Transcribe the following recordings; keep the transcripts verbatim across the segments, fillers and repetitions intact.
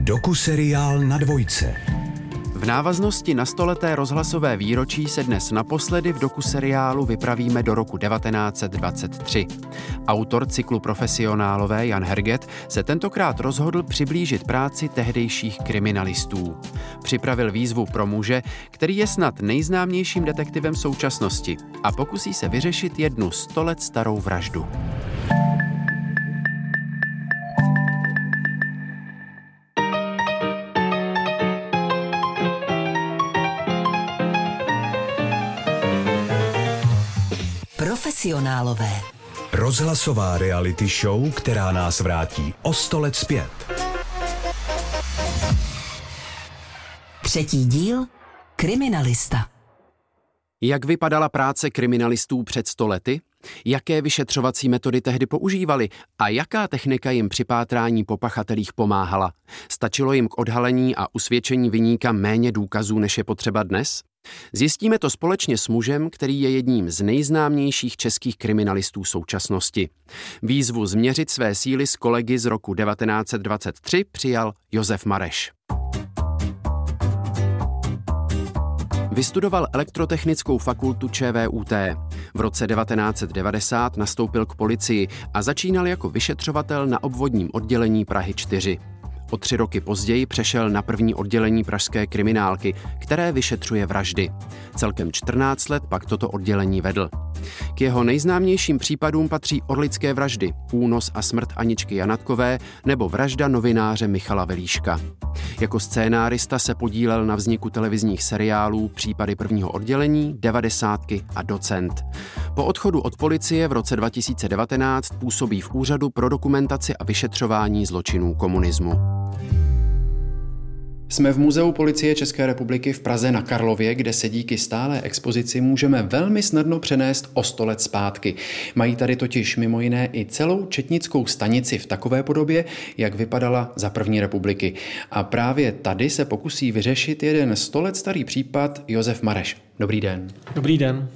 Dokuseriál na dvojce. V návaznosti na stoleté rozhlasové výročí se dnes naposledy v dokuseriálu vypravíme do roku devatenáct set dvacet tři. Autor cyklu Profesionálové Jan Herget se tentokrát rozhodl přiblížit práci tehdejších kriminalistů. Připravil výzvu pro muže, který je snad nejznámějším detektivem současnosti a pokusí se vyřešit jednu sto let starou vraždu. Profesionálové. Rozhlasová reality show, která nás vrátí o sto let zpět. Třetí díl. Kriminalista. Jak vypadala práce kriminalistů před sto lety? Jaké vyšetřovací metody tehdy používali a jaká technika jim při pátrání po pachatelích pomáhala? Stačilo jim k odhalení a usvědčení viníka méně důkazů, než je potřeba dnes? Zjistíme to společně s mužem, který je jedním z nejznámějších českých kriminalistů současnosti. Výzvu změřit své síly s kolegy z roku devatenáct set dvacet tři přijal Josef Mareš. Vystudoval elektrotechnickou fakultu ČVUT. V roce devatenáct set devadesát nastoupil k policii a začínal jako vyšetřovatel na obvodním oddělení Prahy čtyři. O tři roky později přešel na první oddělení pražské kriminálky, které vyšetřuje vraždy. Celkem čtrnáct let pak toto oddělení vedl. K jeho nejznámějším případům patří Orlické vraždy, únos a smrt Aničky Janatkové nebo vražda novináře Michala Velíška. Jako scénárista se podílel na vzniku televizních seriálů Případy prvního oddělení, Devadesátky a Docent. Po odchodu od policie v roce dva tisíce devatenáct působí v Úřadu pro dokumentaci a vyšetřování zločinů komunismu. Jsme v Muzeu policie České republiky v Praze na Karlově, kde se díky stálé expozici můžeme velmi snadno přenést o sto let zpátky. Mají tady totiž mimo jiné i celou četnickou stanici v takové podobě, jak vypadala za první republiky. A právě tady se pokusí vyřešit jeden sto let starý případ Josef Mareš. Dobrý den. Dobrý den.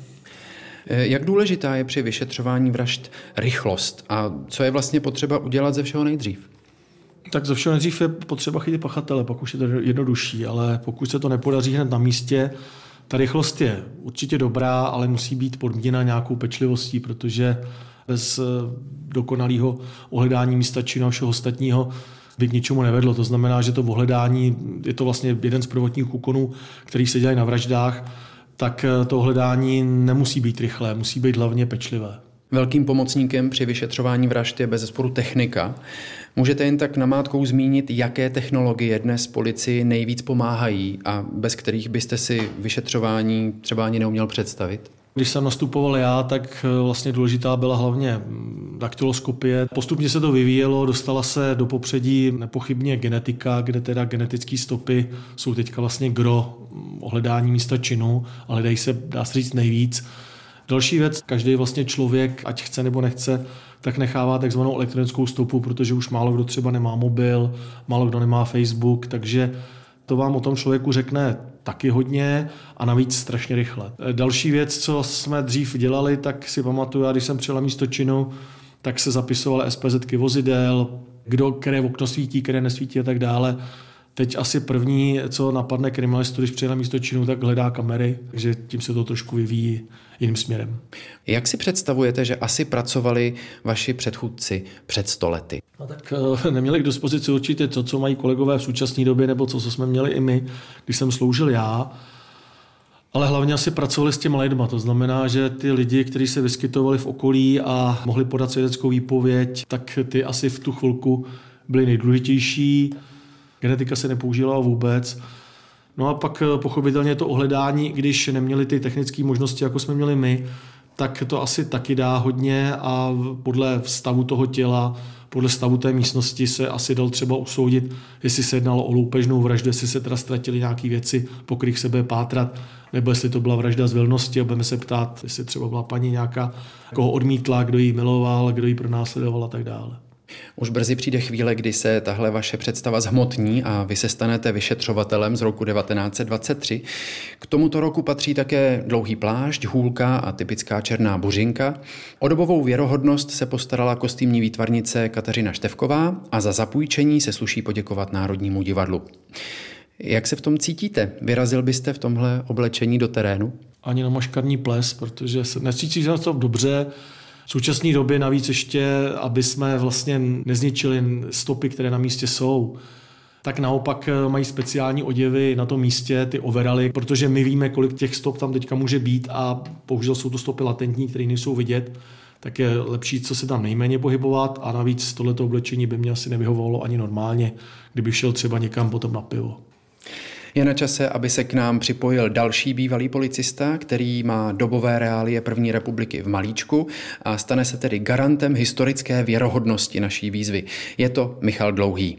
Jak důležitá je při vyšetřování vražd rychlost a co je vlastně potřeba udělat ze všeho nejdřív? Tak ze všeho nejdřív je potřeba chytit pachatele, pak už je to jednodušší, ale pokud se to nepodaří hned na místě, ta rychlost je určitě dobrá, ale musí být podmíněna nějakou pečlivostí, protože bez dokonalého ohledání místa činu a všeho ostatního by k ničemu nevedlo. To znamená, že to ohledání je to vlastně jeden z prvotních úkonů, který se dělají na vraždách, tak to ohledání nemusí být rychlé, musí být hlavně pečlivé. Velkým pomocníkem při vyšetřování vražd je bezesporu technika. Můžete jen tak namátkou zmínit, jaké technologie dnes policii nejvíc pomáhají a bez kterých byste si vyšetřování třeba ani neuměl představit? Když jsem nastupoval já, tak vlastně důležitá byla hlavně daktyloskopie. Postupně se to vyvíjelo, dostala se do popředí nepochybně genetika, kde teda genetické stopy jsou teďka vlastně gro ohledání místa činu a hledají se, dá se říct, nejvíc. Další věc, každý vlastně člověk, ať chce nebo nechce, tak nechává takzvanou elektronickou stopu, protože už málo kdo třeba nemá mobil, málo kdo nemá Facebook, takže to vám o tom člověku řekne taky hodně a navíc strašně rychle. Další věc, co jsme dřív dělali, tak si pamatuju, já když jsem přijel na místo činu, tak se zapisovaly es pé zetky vozidel, kdo, které okno svítí, které nesvítí a tak dále. Teď asi první, co napadne kriminalistu, když přijde na místo činu, tak hledá kamery, takže tím se to trošku vyvíjí jiným směrem. Jak si představujete, že asi pracovali vaši předchůdci před sto lety? No tak neměli k dispozici určitě to, co mají kolegové v současné době, nebo co, co jsme měli i my, když jsem sloužil já. Ale hlavně asi pracovali s těma lidma. To znamená, že ty lidi, kteří se vyskytovali v okolí a mohli podat svědeckou výpověď, tak ty asi v tu chvilku byli nejdůležitější. Genetika se nepoužívala vůbec. No a pak pochopitelně to ohledání, když neměli ty technické možnosti, jako jsme měli my, tak to asi taky dá hodně a podle stavu toho těla, podle stavu té místnosti se asi dal třeba usoudit, jestli se jednalo o loupežnou vraždu, jestli se teda ztratily nějaké věci, po kterých se bude pátrat, nebo jestli to byla vražda z vilnosti a budeme se ptát, jestli třeba byla paní nějaká, koho odmítla, kdo ji miloval, kdo ji pronásledoval a tak dále. Už brzy přijde chvíle, kdy se tahle vaše představa zhmotní a vy se stanete vyšetřovatelem z roku devatenáct set dvacet tři. K tomuto roku patří také Dlouhý plášť, Hůlka a typická černá buřinka. O dobovou věrohodnost se postarala kostýmní výtvarnice Kateřina Števková a za zapůjčení se sluší poděkovat Národnímu divadlu. Jak se v tom cítíte? Vyrazil byste v tomhle oblečení do terénu? Ani na maškarní ples, protože se necítím se to dobře. V současné době navíc ještě, aby jsme vlastně nezničili stopy, které na místě jsou, tak naopak mají speciální oděvy na tom místě, ty overaly, protože my víme, kolik těch stop tam teďka může být a bohužel jsou to stopy latentní, které nejsou vidět, tak je lepší, co se tam nejméně pohybovat a navíc tohleto oblečení by mě asi nevyhovovalo ani normálně, kdyby šel třeba někam potom na pivo. Je na čase, aby se k nám připojil další bývalý policista, který má dobové reálie první republiky v malíčku a stane se tedy garantem historické věrohodnosti naší výzvy. Je to Michal Dlouhý.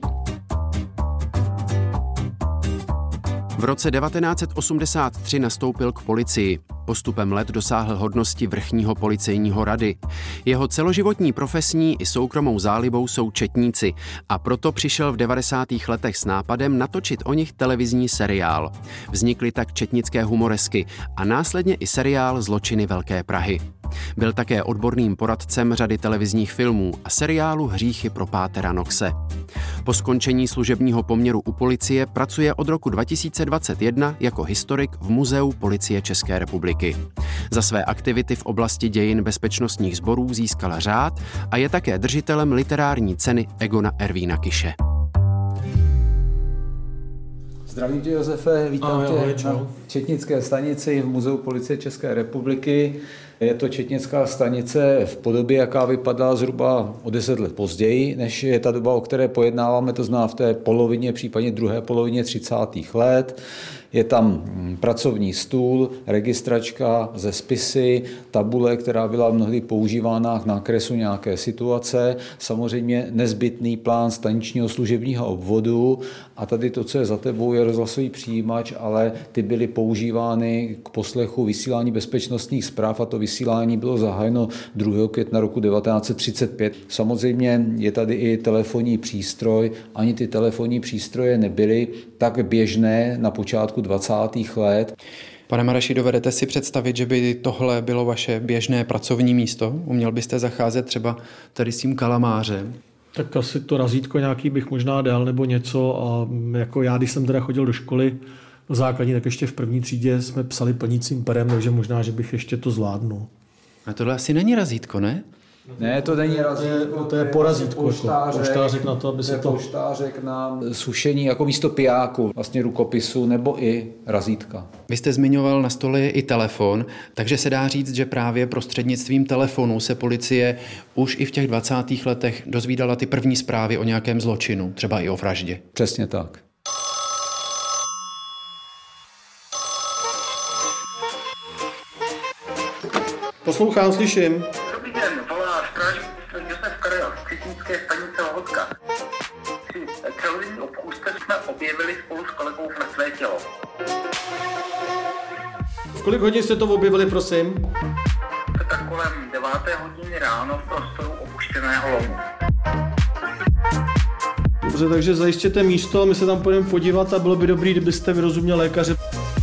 V roce devatenáct set osmdesát tři nastoupil k policii. Postupem let dosáhl hodnosti vrchního policejního rady. Jeho celoživotní profesní i soukromou zálibou jsou četníci a proto přišel v devadesátých letech s nápadem natočit o nich televizní seriál. Vznikly tak četnické humoresky a následně i seriál Zločiny Velké Prahy. Byl také odborným poradcem řady televizních filmů a seriálu Hříchy pro pátera Knoxe. Po skončení služebního poměru u policie pracuje od roku dva tisíce dvacet jedna jako historik v Muzeu Policie České republiky. Za své aktivity v oblasti dějin bezpečnostních sborů získal řád a je také držitelem literární ceny Egona Ervína Kiše. Zdravím tě, Josefe, vítám Ahoj, tě ahoj, na četnické stanici v Muzeu Policie České republiky. Je to četnická stanice v podobě, jaká vypadá zhruba o deset let později, než je ta doba, o které pojednáváme, to znamená v té polovině, případně druhé polovině třicátých let. Je tam pracovní stůl, registračka ze spisy, tabule, která byla mnohdy používána k nákresu nějaké situace, samozřejmě nezbytný plán staničního služebního obvodu a tady to, co je za tebou, je rozhlasový přijímač, ale ty byly používány k poslechu vysílání bezpečnostních zpráv a to vysílání bylo zahájeno druhého května roku devatenáct set třicet pět. Samozřejmě je tady i telefonní přístroj, ani ty telefonní přístroje nebyly tak běžné na počátku dvacátých let. Pane Maraši, dovedete si představit, že by tohle bylo vaše běžné pracovní místo? Uměl byste zacházet třeba tady s tím kalamářem? Tak asi to razítko nějaký bych možná dal nebo něco a jako já, když jsem teda chodil do školy na základní, tak ještě v první třídě jsme psali plnícím perem, takže možná, že bych ještě to zvládnul. A tohle asi není razítko, ne? Ne, to není razítko, to, to je porazítko, poštářek, poštářek na to, aby se to... poštářek na sušení jako místo pijáku, vlastně rukopisu nebo i razítka. Vy jste zmiňoval na stole i telefon, takže se dá říct, že právě prostřednictvím telefonu se policie už i v těch dvacátých letech dozvídala ty první zprávy o nějakém zločinu, třeba i o vraždě. Přesně tak. Poslouchám, slyším. Dobrý den, volá strážník Josef Karel z Četnické stanice Lahotka. Při celodenní obchůzce jsme objevili spolu s kolegou mrtvé tělo. V kolik hodin jste to objevili, prosím? To tak kolem deváté hodiny ráno v prostoru opuštěného lomu. Dobře, takže zajistěte místo a my se tam půjdeme podívat a bylo by dobrý, kdybyste vyrozuměl lékaře.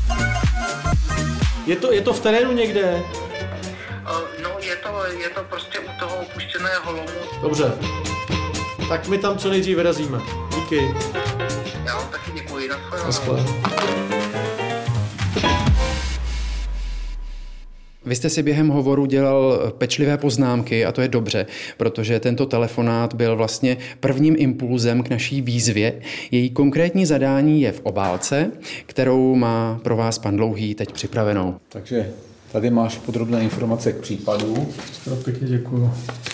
Je to, je to v terénu někde? No, je to, je to prostě u toho opuštěného lomu. Dobře. Tak my tam co nejdřív vyrazíme. Díky. Já vám taky děkuji. Na Naschle. Vy jste si během hovoru dělal pečlivé poznámky a to je dobře, protože tento telefonát byl vlastně prvním impulzem k naší výzvě. Její konkrétní zadání je v obálce, kterou má pro vás pan Dlouhý teď připravenou. Takže tady máš podrobné informace k případu. Pěkně děkuju.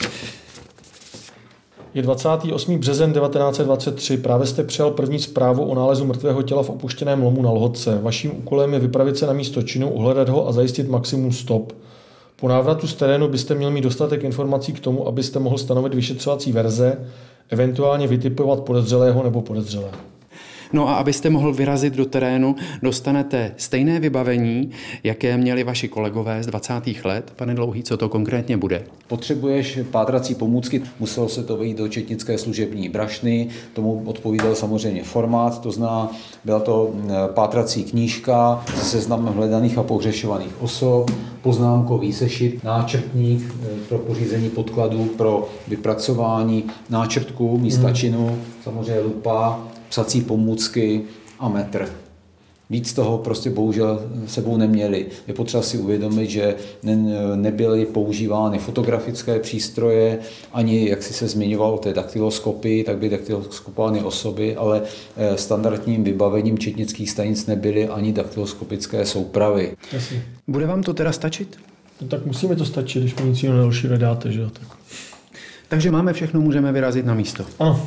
Je dvacátý osmý březen devatenáct set dvacet tři. Právě jste přijal první zprávu o nálezu mrtvého těla v opuštěném lomu na Lhotce. Vaším úkolem je vypravit se na místo činu, uhledat ho a zajistit maximum stop. Po návratu z terénu byste měl mít dostatek informací k tomu, abyste mohl stanovit vyšetřovací verze, eventuálně vytipovat podezřelého nebo podezřelé. No a abyste mohl vyrazit do terénu, dostanete stejné vybavení, jaké měli vaši kolegové z dvacátých let. Pane Dlouhý, co to konkrétně bude? Potřebuješ pátrací pomůcky, muselo se to vejít do četnické služební brašny, tomu odpovídal samozřejmě formát, to znamená, byla to pátrací knížka se seznamem hledaných a pohřešovaných osob, poznámkový sešit, náčrtník pro pořízení podkladů pro vypracování náčrtků místa hmm. činu, samozřejmě lupa, psací pomůcky a metr. Víc toho prostě bohužel sebou neměli. Je potřeba si uvědomit, že nebyly používány fotografické přístroje, ani, jak si se zmiňoval o té daktyloskopii, tak by daktyloskopovány osoby, ale standardním vybavením četnických stanic nebyly ani daktyloskopické soupravy. Jasně. Bude vám to teda stačit? No, tak musíme to stačit, když mi nic jiného další nedáte, že jo? Tak. Takže máme všechno, můžeme vyrazit na místo. Ano.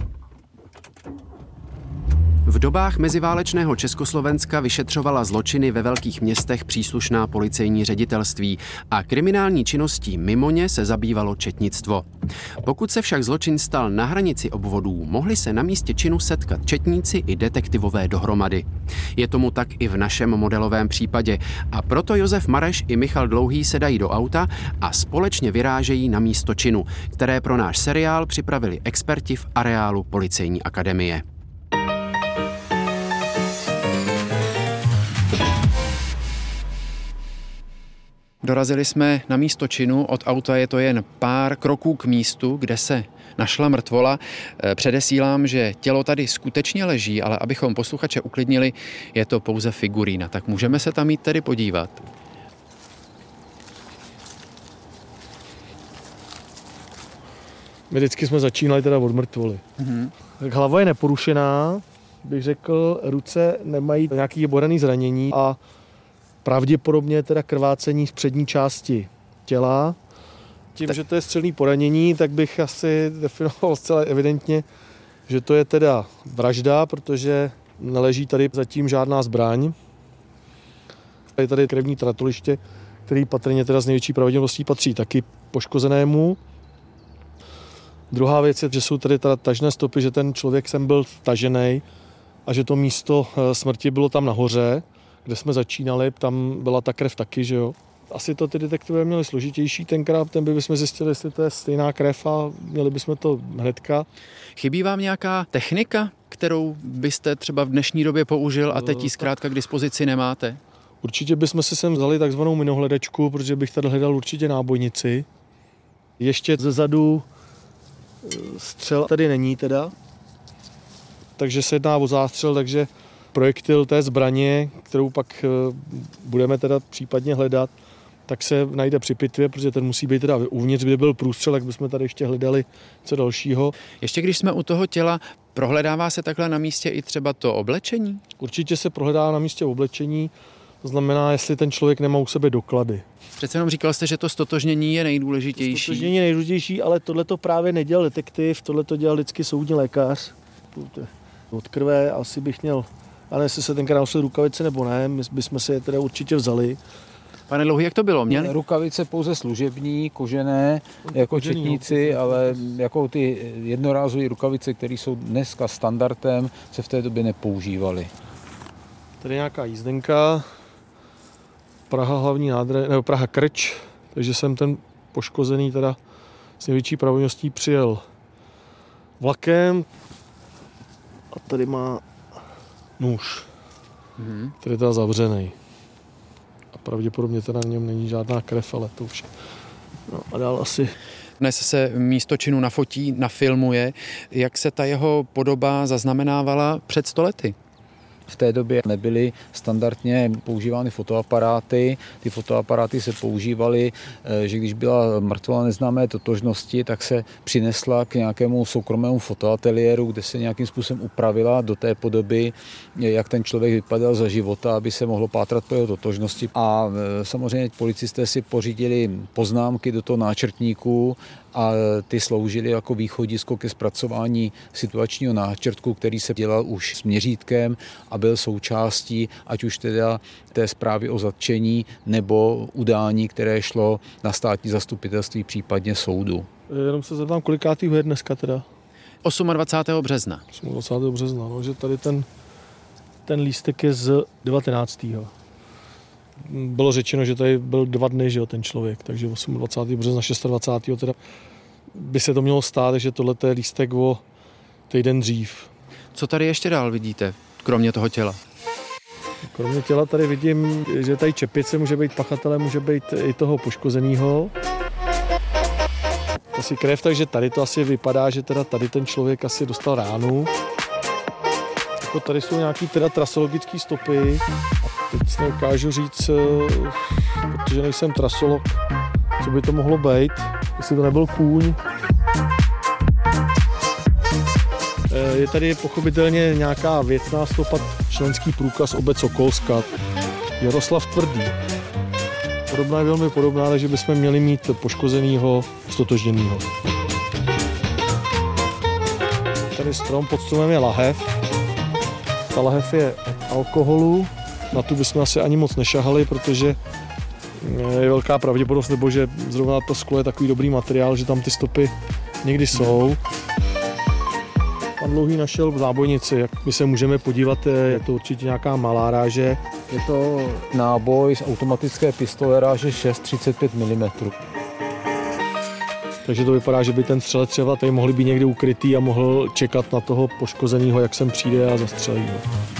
V dobách meziválečného Československa vyšetřovala zločiny ve velkých městech příslušná policejní ředitelství a kriminální činností mimo ně se zabývalo četnictvo. Pokud se však zločin stal na hranici obvodů, mohli se na místě činu setkat četníci i detektivové dohromady. Je tomu tak i v našem modelovém případě a proto Josef Mareš i Michal Dlouhý sedají do auta a společně vyrážejí na místo činu, které pro náš seriál připravili experti v areálu Policejní akademie. Dorazili jsme na místo činu, od auta je to jen pár kroků k místu, kde se našla mrtvola. Předesílám, že tělo tady skutečně leží, ale abychom posluchače uklidnili, je to pouze figurína. Tak můžeme se tam jít tedy podívat. My vždycky jsme začínali teda od mrtvoly. Mm-hmm. Tak hlava je neporušená, bych řekl, ruce nemají nějaký boraný zranění a pravděpodobně teda krvácení z přední části těla. Tím, tak... že to je střelné poranění, tak bych asi definoval zcela evidentně, že to je teda vražda, protože neleží tady zatím žádná zbraň. Je tady krevní tratoliště, který patrně teda z největší pravděpodobností patří taky poškozenému. Druhá věc je, že jsou tady teda tažné stopy, že ten člověk sem byl tažený a že to místo smrti bylo tam nahoře, kde jsme začínali, tam byla ta krev taky, že jo. Asi to ty detektivové měli složitější tenkrát, ten by bychom zjistili, jestli to je stejná krev a měli bychom to hnedka. Chybí vám nějaká technika, kterou byste třeba v dnešní době použil a teď ji zkrátka k dispozici nemáte? Určitě bychom si sem vzali takzvanou minohledačku, protože bych tady hledal určitě nábojnici. Ještě zezadu střel tady není teda, takže se jedná o zástřel, takže projektil té zbraně, kterou pak budeme teda případně hledat, tak se najde při pitvě, protože ten musí být teda uvnitř, kde byl průstřel, tak bychom tady ještě hledali co dalšího. Ještě když jsme u toho těla, prohledává se takhle na místě i třeba to oblečení? Určitě se prohledává na místě oblečení, to znamená, jestli ten člověk nemá u sebe doklady. Přece jenom říkal jste, že to stotožnění je nejdůležitější. Stotožnění je nejdůležitější, ale tohle to právě nedělal detektiv, tohle to dělal vždycky soudní lékař. Od krve asi bych měl, ale jestli se tenkrát nosil rukavice nebo ne, my bychom si je teda určitě vzali. Pane Dlouhý, jak to bylo? Měli? Rukavice pouze služební, kožené, jako kožený, četníci, no, ale jako ty jednorázové rukavice, které jsou dneska standardem, se v té době nepoužívaly. Tady nějaká jízdenka, Praha hlavní nádrže, nebo Praha Krč, takže jsem ten poškozený teda s největší pravděpodobností přijel vlakem a tady má nůž, hmm. který je teda zavřený. A pravděpodobně teda na něm není žádná krev, ale to už je. No a dál asi. Dnes se místo činu nafotí, nafilmuje. Jak se ta jeho podoba zaznamenávala před sto lety? V té době nebyly standardně používány fotoaparáty. Ty fotoaparáty se používaly, že když byla mrtvola neznámé totožnosti, tak se přinesla k nějakému soukromému fotoateliéru, kde se nějakým způsobem upravila do té podoby, jak ten člověk vypadal za života, aby se mohlo pátrat po jeho totožnosti. A samozřejmě policisté si pořídili poznámky do toho náčrtníku a ty sloužily jako východisko ke zpracování situačního náčrtku, který se dělal už s měřítkem a byl součástí ať už teda té zprávy o zatčení nebo udání, které šlo na státní zastupitelství, případně soudu. Jenom se zeptám, kolikátýho je dneska teda? dvacátého osmého března. dvacátého osmého března, no, že tady ten, ten lístek je z devatenáctého Bylo řečeno, že tady byl dva dny, že jo, ten člověk, takže dvacátého osmého března, dvacátého šestého teda by se to mělo stát, že tohle je lístek o týden dřív. Co tady ještě dál vidíte, kromě toho těla? Kromě těla tady vidím, že tady čepice může být pachatelem, může být i toho poškozeného. Asi krev, takže tady to asi vypadá, že teda tady ten člověk asi dostal ránu. Jako tady jsou nějaký teda trasologické stopy. A teď si neukážu říct, protože nejsem trasolog, co by to mohlo být, jestli to nebyl kůň. Je tady pochopitelně nějaká věcná stopa, členský průkaz obec Sokolska, Jaroslav Tvrdý. Podobná je velmi podobná, takže bychom měli mít poškozenýho, stotožněnýho. Tady strom, pod stromem je lahev. Ta lahev je od alkoholu, na tu bychom asi ani moc nešahali, protože je velká pravděpodobnost, nebo že zrovna to sklo je takový dobrý materiál, že tam ty stopy někdy jsou. Pan Dlouhý našel v zábojnici, jak my se můžeme podívat, je to určitě nějaká malá ráže. Je to náboj z automatické pistole ráže šest třicet pět milimetrů. Takže to vypadá, že by ten střelec třeba tady mohl být někde ukrytý a mohl čekat na toho poškozeného, jak sem přijde a zastřelí ho.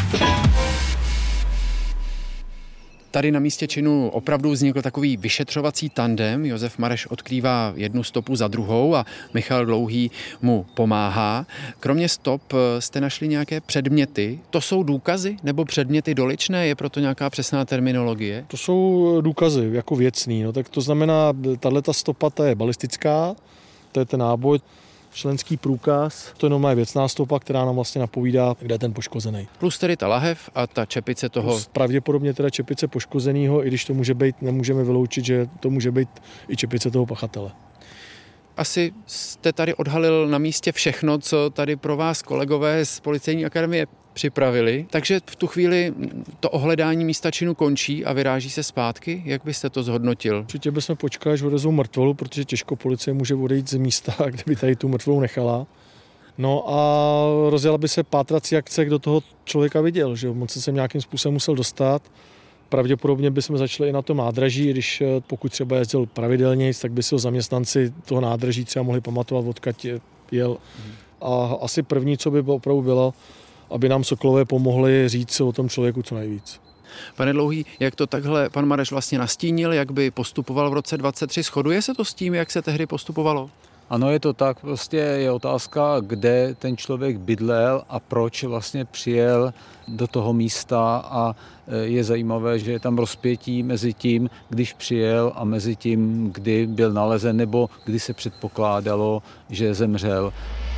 Tady na místě činu opravdu vznikl takový vyšetřovací tandem. Josef Mareš odkrývá jednu stopu za druhou a Michal Dlouhý mu pomáhá. Kromě stop jste našli nějaké předměty. To jsou důkazy nebo předměty doličné? Je proto nějaká přesná terminologie? To jsou důkazy jako věcný. No, tak to znamená, tato stopa ta je balistická, to je ten náboj. Členský průkaz, to jenom je věcná stopa, která nám vlastně napovídá, kde je ten poškozený. Plus tedy ta lahev a ta čepice toho. Plus pravděpodobně teda čepice poškozenýho, i když to může být, nemůžeme vyloučit, že to může být i čepice toho pachatele. Asi jste tady odhalil na místě všechno, co tady pro vás kolegové z Policejní akademie připravili. Takže v tu chvíli to ohledání místa činu končí a vyráží se zpátky. Jak byste to zhodnotil? Určitě bychom počkali, až odvezou mrtvolu, protože těžko policie může odejít z místa, kde by tady tu mrtvolu nechala. No a rozjela by se pátrací akce, kdo toho člověka viděl, že on se sem nějakým způsobem musel dostat. Pravděpodobně bychom začali i na tom nádraží, když pokud třeba jezdil pravidelně, tak by si ho zaměstnanci toho nádraží třeba mohli pamatovat, odkud jel. A asi první, co by opravdu bylo, aby nám Sokolové pomohli říct o tom člověku co nejvíc. Pane Dlouhý, jak to takhle pan Mareš vlastně nastínil, jak by postupoval v roce dvacet tři, shoduje se to s tím, jak se tehdy postupovalo? Ano, je to tak, prostě je otázka, kde ten člověk bydlel a proč vlastně přijel do toho místa a je zajímavé, že je tam rozpětí mezi tím, když přijel a mezi tím, kdy byl nalezen nebo kdy se předpokládalo, že zemřel.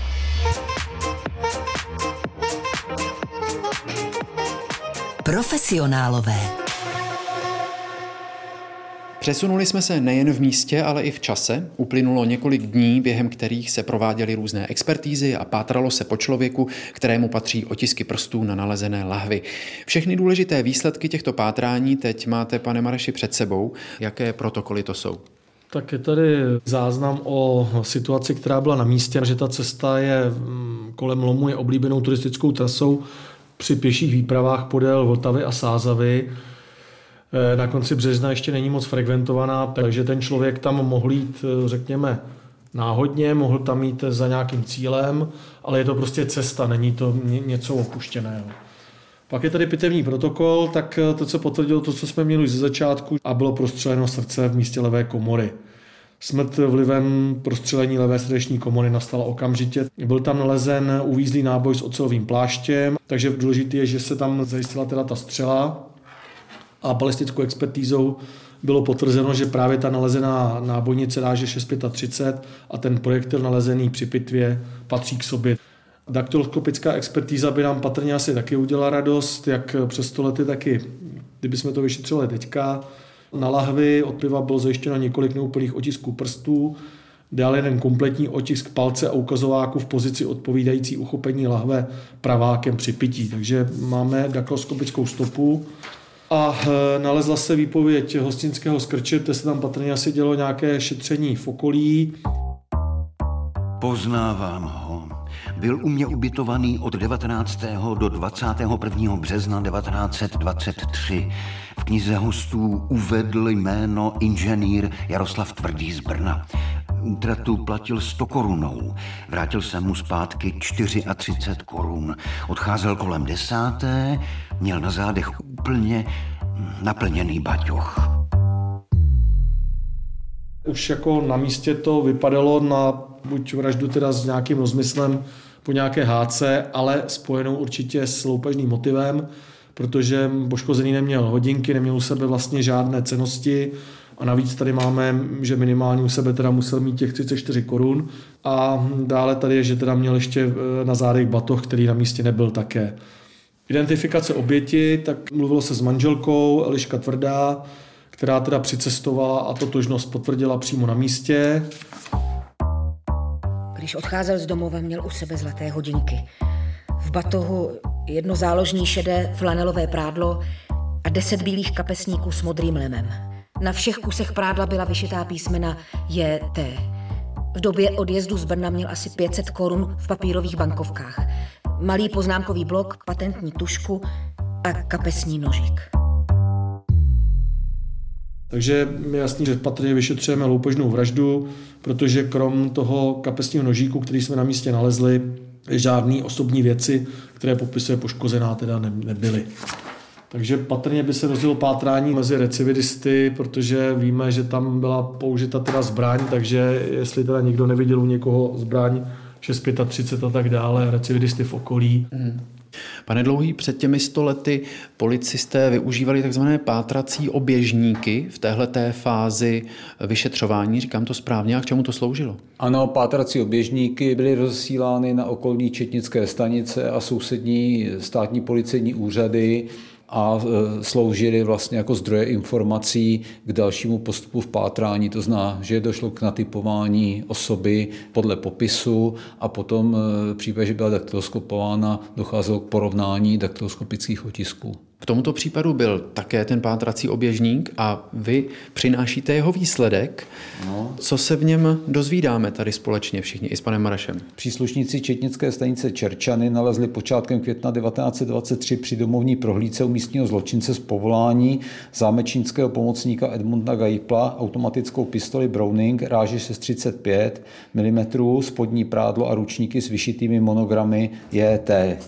Profesionálové. Přesunuli jsme se nejen v místě, ale i v čase. Uplynulo několik dní, během kterých se prováděly různé expertízy a pátralo se po člověku, kterému patří otisky prstů na nalezené lahvi. Všechny důležité výsledky těchto pátrání teď máte, pane Mareši, před sebou. Jaké protokoly to jsou? Tak je tady záznam o situaci, která byla na místě, že ta cesta je kolem lomu, je oblíbenou turistickou trasou při pěších výpravách podél Vltavy a Sázavy. Na konci března ještě není moc frekventovaná, takže ten člověk tam mohl jít, řekněme, náhodně, mohl tam jít za nějakým cílem, ale je to prostě cesta, není to něco opuštěného. Pak je tady pitevní protokol, tak to, co potvrdilo to, co jsme měli už ze začátku, a bylo prostřeleno srdce v místě levé komory. Smrt vlivem prostřelení levé srdeční komory nastala okamžitě. Byl tam nalezen uvízlý náboj s ocelovým pláštěm, takže důležité je, že se tam zajistila teda ta střela a balistickou expertízou bylo potvrzeno, že právě ta nalezená nábojnice ráže šest třicet pět a ten projektil nalezený při pitvě patří k sobě. Daktyloskopická expertíza by nám patrně asi taky udělala radost, jak přes sto lety, taky kdybychom to vyšetřovali teďka. Na lahvi od piva bylo zajištěno několik neúplných otisků prstů, dále jeden kompletní otisk palce a ukazováku v pozici odpovídající uchopení lahve pravákem při pití. Takže máme daktyloskopickou stopu a nalezla se výpověď hostinského skrče, kde se tam patrně asi dělo nějaké šetření v okolí. Poznávám ho. Byl u mě ubytovaný od devatenáctého do dvacátého prvního března devatenáct set dvacet tři. V knize hostů uvedl jméno inženýr Jaroslav Tvrdý z Brna. Útratu platil sto korunou. Vrátil jsem mu zpátky třicet čtyři korun. Odcházel kolem desáté, měl na zádech úplně naplněný baťoch. Už jako na místě to vypadalo na buď vraždu teda s nějakým rozmyslem po nějaké hádce, ale spojenou určitě s loupežným motivem, protože poškozený neměl hodinky, neměl u sebe vlastně žádné cennosti a navíc tady máme, že minimálně u sebe teda musel mít těch třicet čtyři korun a dále tady je, že teda měl ještě na zádech batoh, který na místě nebyl také. Identifikace oběti, tak mluvilo se s manželkou Eliška Tvrdá, která teda přicestovala a totožnost potvrdila přímo na místě. Když odcházel z domova, měl u sebe zlaté hodinky. V batohu jedno záložní šedé flanelové prádlo a deset bílých kapesníků s modrým lemem. Na všech kusech prádla byla vyšitá písmena J T. V době odjezdu z Brna měl asi pět set korun v papírových bankovkách. Malý poznámkový blok, patentní tušku a kapesní nožík. Takže je jasný, že patrně vyšetřujeme loupežnou vraždu, protože krom toho kapesního nožíku, který jsme na místě nalezli, žádný osobní věci, které popisuje poškozená, teda ne, nebyly. Takže patrně by se rozdělilo pátrání mezi recividisty, protože víme, že tam byla použita teda zbraň, takže jestli teda někdo neviděl u někoho zbraň šest třicet pět a tak dále, recividisty v okolí. Mm. Pane Dlouhý, před těmi sto lety policisté využívali takzvané pátrací oběžníky v téhleté fázi vyšetřování, říkám to správně, a k čemu to sloužilo? Ano, pátrací oběžníky byly rozesílány na okolní četnické stanice a sousední státní policejní úřady a sloužily vlastně jako zdroje informací k dalšímu postupu v pátrání. To znamená, že došlo k natypování osoby podle popisu a potom v případě, že byla daktyloskopována, docházelo k porovnání daktyloskopických otisků. V tomuto případu byl také ten pátrací oběžník a vy přinášíte jeho výsledek. No. Co se v něm dozvídáme tady společně všichni i s panem Marešem? Příslušníci četnické stanice Čerčany nalezli počátkem května devatenáct set dvacet tři při domovní prohlídce u místního zločince z povolání zámečínského pomocníka Edmunda Geipla automatickou pistoli Browning ráže šest třicet pět milimetrů, spodní prádlo a ručníky s vyšitými monogramy J T.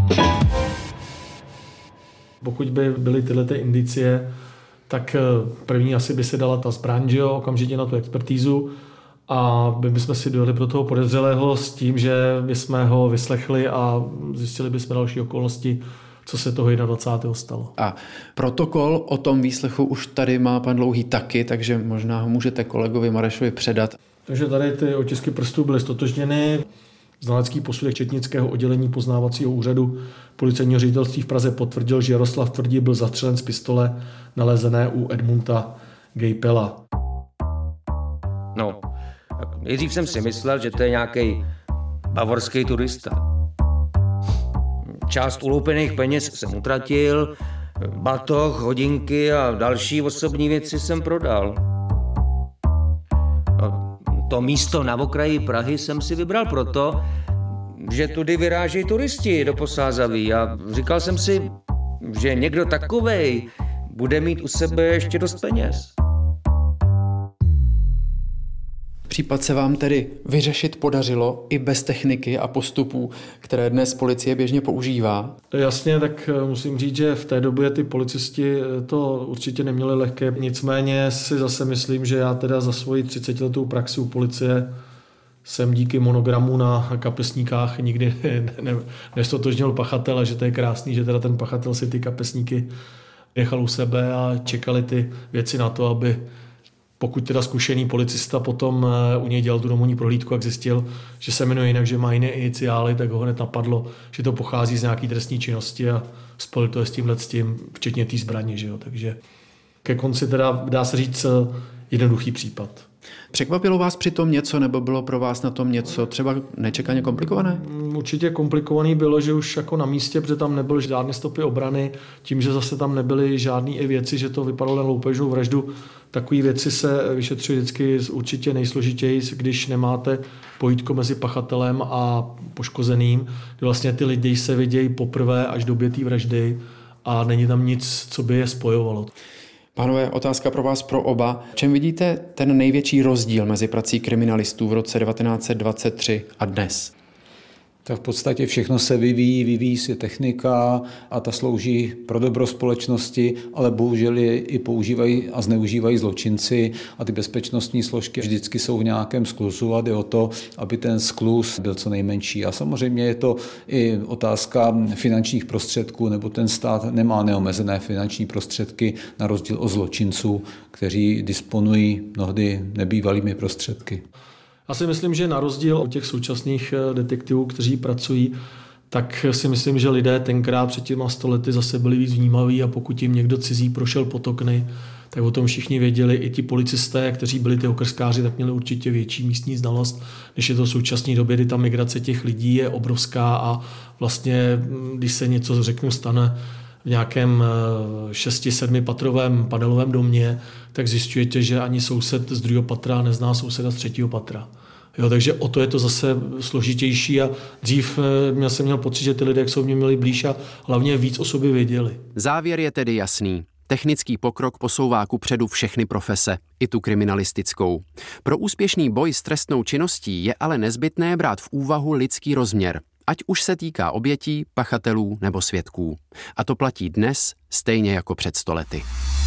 Pokud by byly tyhle ty indicie, tak první asi by se dala ta zbraň, že jo, okamžitě na tu expertízu a by bychom si dojeli pro toho podezřelého s tím, že bychom ho vyslechli a zjistili bychom další okolnosti, co se toho dvacátého prvního stalo. A protokol o tom výslechu už tady má pan Dlouhý taky, takže možná ho můžete kolegovi Marešovi předat. Takže tady ty otisky prstů byly stotožněny. Znalecký posudek četnického oddělení poznávacího úřadu policejního ředitelství v Praze potvrdil, že Jaroslav Tvrdý byl zastřelen z pistole nalezené u Edmunda Geipela. No, nejdřív jsem si myslel, že to je nějaký bavorský turista. Část uloupených peněz jsem utratil, batoh, hodinky a další osobní věci jsem prodal. To místo na okraji Prahy jsem si vybral proto, že tudy vyrážejí turisti do Posázaví a říkal jsem si, že někdo takovej bude mít u sebe ještě dost peněz. Případ se vám tedy vyřešit podařilo i bez techniky a postupů, které dnes policie běžně používá? Jasně, tak musím říct, že v té době ty policisti to určitě neměli lehké. Nicméně si zase myslím, že já teda za svoji třicetiletou praxi u policie jsem díky monogramu na kapesníkách nikdy nestotožnil pachatele, že to je krásný, že teda ten pachatel si ty kapesníky nechal u sebe a čekali ty věci na to, aby pokud teda zkušený policista potom u něj dělal tu domovní prohlídku, jak zjistil, že se jmenuje jinak, že má jiné iniciály, tak ho hned napadlo, že to pochází z nějaký trestní činnosti a spojil to je s tímhle s tím, včetně té zbraně. Že jo? Takže ke konci teda dá se říct jednoduchý případ. Překvapilo vás přitom něco, nebo bylo pro vás na tom něco třeba nečekaně komplikované? Určitě komplikovaný bylo, že už jako na místě, protože tam nebyly žádné stopy obrany, tím, že zase tam nebyly žádné i věci, že to vypadalo na loupežnou vraždu. Takové věci se vyšetřují vždycky určitě nejsložitěji, když nemáte pojítko mezi pachatelem a poškozeným, kdy vlastně ty lidi se vidějí poprvé až do obě té vraždy a není tam nic, co by je spojovalo. Pánové, otázka pro vás pro oba. V čem vidíte ten největší rozdíl mezi prací kriminalistů v roce devatenáct set dvacet tři a dnes? Tak v podstatě všechno se vyvíjí, vyvíjí se technika a ta slouží pro dobro společnosti, ale bohužel je i používají a zneužívají zločinci a ty bezpečnostní složky vždycky jsou v nějakém skluzu a jde o to, aby ten skluz byl co nejmenší. A samozřejmě je to i otázka finančních prostředků, nebo ten stát nemá neomezené finanční prostředky na rozdíl od zločinců, kteří disponují mnohdy nebývalými prostředky. Já si myslím, že na rozdíl od těch současných detektivů, kteří pracují, tak si myslím, že lidé tenkrát před těma sto lety zase byli víc vnímaví a pokud jim někdo cizí prošel potokny, tak o tom všichni věděli. I ti policisté, kteří byli ty okrskáři, tak měli určitě větší místní znalost, než je to v současné době, kdy ta migrace těch lidí je obrovská a vlastně, když se něco, řeknu, stane v nějakém šesti sedmi patrovém panelovém domě, tak zjišťujete, že ani soused z druhého patra nezná souseda z třetího patra. Jo, takže o to je to zase složitější a dřív měl jsem měl pocit, že ty lidé, jak jsou mě měli blíž a hlavně víc o sobě věděli. Závěr je tedy jasný. Technický pokrok posouvá kupředu všechny profese, i tu kriminalistickou. Pro úspěšný boj s trestnou činností je ale nezbytné brát v úvahu lidský rozměr, ať už se týká obětí, pachatelů nebo svědků. A to platí dnes stejně jako před sto lety.